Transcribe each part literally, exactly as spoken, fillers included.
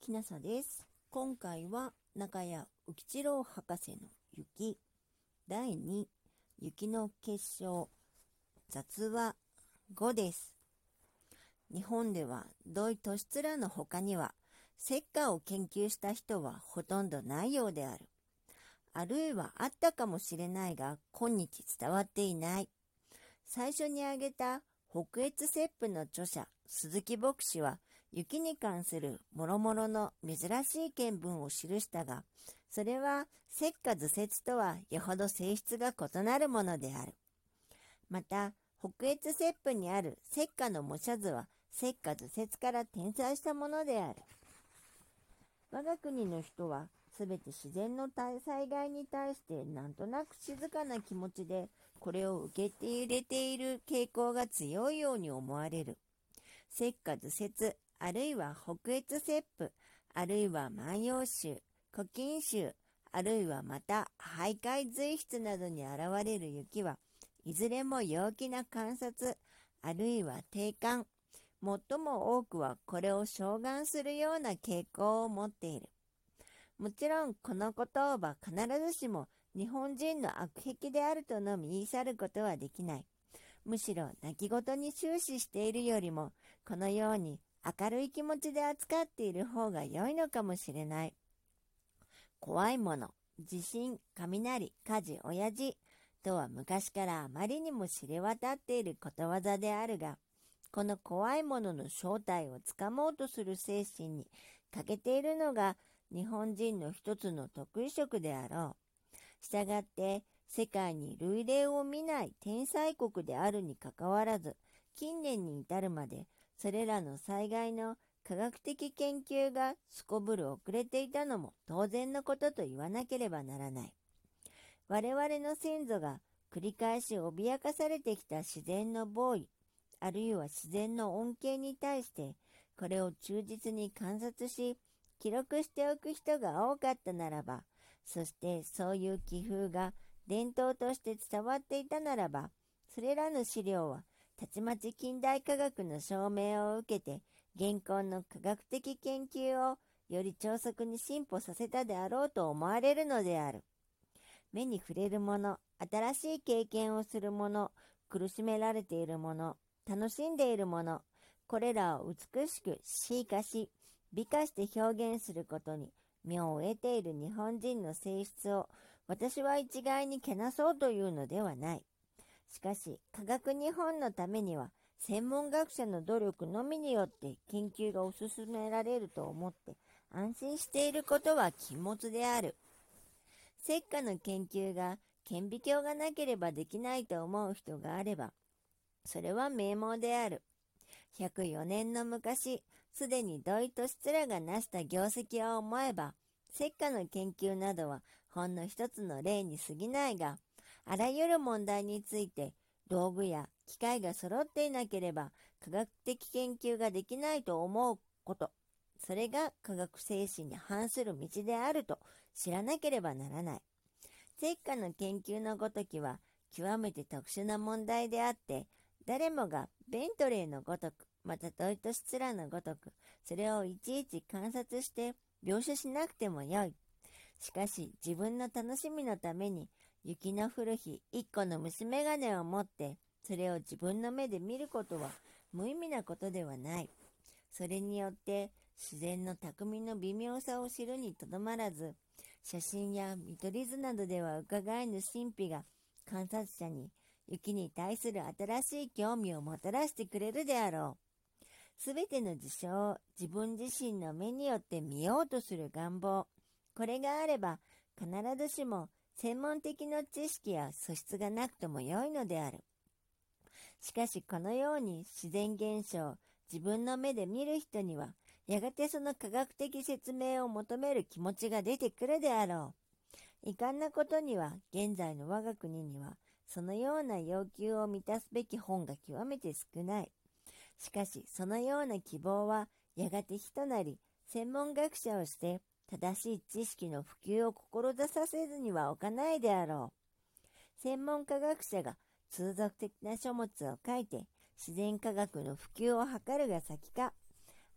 きなさです。今回は中谷浮一郎博士の雪だいに雪の結晶雑話ごです。日本では土井利貫の他には石化を研究した人はほとんどないようである。あるいはあったかもしれないが今日伝わっていない。最初に挙げた北越切符の著者鈴木牧師は雪に関する諸々の珍しい見聞を記したが、それは石化図説とはよほど性質が異なるものである。また北越切符にある石化の模写図は石化図説から転載したものである。我が国の人はすべて自然の災害に対してなんとなく静かな気持ちでこれを受け入れている傾向が強いように思われる。石化図説、あるいは北越切符、あるいは万葉集、古今集、あるいはまた徘徊随筆などに現れる雪はいずれも陽気な観察、あるいは定感、最も多くはこれを称願するような傾向を持っている。もちろんこのことは必ずしも日本人の悪癖であるとのみ言い去ることはできない。むしろ泣き言に終始しているよりもこのように明るい気持ちで扱っている方が良いのかもしれない。怖いもの、地震、雷、火事、親父とは昔からあまりにも知れ渡っていることわざであるが、この怖いものの正体をつかもうとする精神に欠けているのが日本人の一つの得意色であろう。したがって世界に類例を見ない天才国であるにかかわらず、近年に至るまでそれらの災害の科学的研究がすこぶる遅れていたのも当然のことと言わなければならない。我々の先祖が繰り返し脅かされてきた自然の暴威、あるいは自然の恩恵に対してこれを忠実に観察し記録しておく人が多かったならば、そしてそういう気風が伝統として伝わっていたならば、それらの資料はたちまち近代科学の証明を受けて現今の科学的研究をより超速に進歩させたであろうと思われるのである。目に触れるもの、新しい経験をするもの、苦しめられているもの、楽しんでいるもの、これらを美しく詩化し美化して表現することに妙を得ている日本人の性質を私は一概にけなそうというのではない。しかし科学日本のためには専門学者の努力のみによって研究が進められると思って安心していることは禁物である。石化の研究が顕微鏡がなければできないと思う人があれば、それは名門である。ひゃくよねんの昔、すでに土井利貫が成した業績を思えば、石化の研究などはほんの一つの例に過ぎないが、あらゆる問題について道具や機械が揃っていなければ科学的研究ができないと思うこと、それが科学精神に反する道であると知らなければならない。石化の研究のごときは極めて特殊な問題であって、誰もがベントレーのごとく、また土井利貫のごとく、それをいちいち観察して描写しなくてもよい。しかし自分の楽しみのために雪の降る日一個の虫眼鏡を持ってそれを自分の目で見ることは無意味なことではない。それによって自然の匠の微妙さを知るにとどまらず、写真や見取り図などでは伺えぬ神秘が観察者に雪に対する新しい興味をもたらしてくれるであろう。すべての事象を自分自身の目によって見ようとする願望、これがあれば必ずしも専門的な知識や素質がなくとも良いのである。しかしこのように自然現象を自分の目で見る人にはやがてその科学的説明を求める気持ちが出てくるであろう。遺憾なことには現在の我が国にはそのような要求を満たすべき本が極めて少ない。しかしそのような希望はやがて火となり、専門学者をして正しい知識の普及を志させずにはおかないであろう。専門科学者が通俗的な書物を書いて自然科学の普及を図るが先か、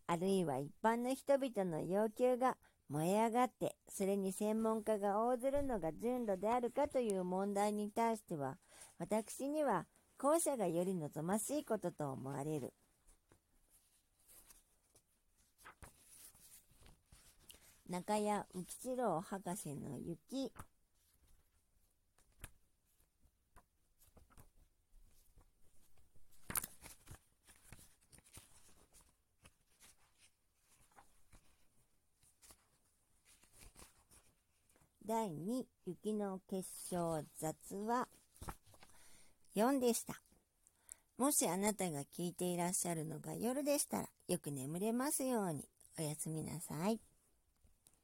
あるいは一般の人々の要求が燃え上がって、それに専門家が応ずるのが順路であるかという問題に対しては、私には後者がより望ましいことと思われる。中谷宇吉郎博士の雪。だいに雪の結晶雑話よんでした。もしあなたが聞いていらっしゃるのが夜でしたら、よく眠れますように。おやすみなさい。